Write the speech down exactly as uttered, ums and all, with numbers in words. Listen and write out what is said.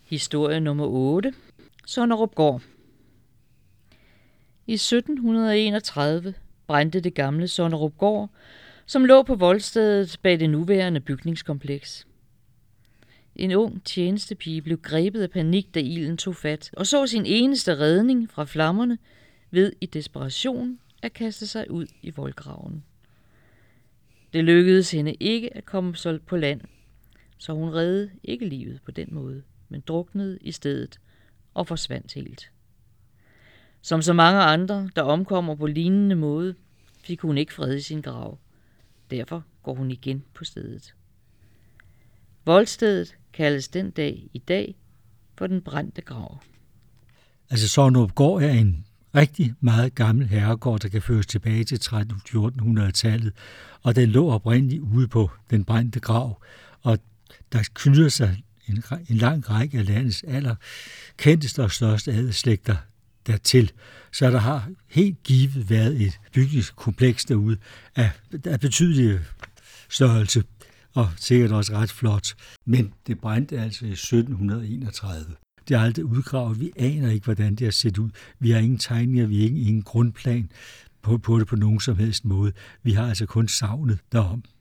Historie nummer otte. Sonnerupgård. I sytten enogtredive brændte det gamle Sonnerupgård, som lå på voldstedet bag det nuværende bygningskompleks. En ung tjenestepige blev grebet af panik, da ilden tog fat, og så sin eneste redning fra flammerne ved i desperation at kaste sig ud i voldgraven. Det lykkedes hende ikke at komme på land, så hun reddede ikke livet på den måde, men druknede i stedet og forsvandt helt. Som så mange andre, der omkommer på lignende måde, fik hun ikke fred i sin grav. Derfor går hun igen på stedet. Voldstedet kaldes den dag i dag for den brændte grav. Altså Sonnerupgård er en rigtig meget gammel herregård, der kan føres tilbage til tretten-fjortenhundredetallet, og den lå oprindeligt ude på den brændte grav, og der knytter sig en, en lang række af landets allerkendteste og største adelsslægter dertil. Så der har helt givet været et bygningskompleks derude af, af betydelig størrelse, og sikkert også ret flot. Men det brændte altså i sytten enogtredive. Det er aldrig udgravet. Vi aner ikke, hvordan det har set ud. Vi har ingen tegninger, vi har ingen, ingen grundplan på, på det på nogen som helst måde. Vi har altså kun savnet derom.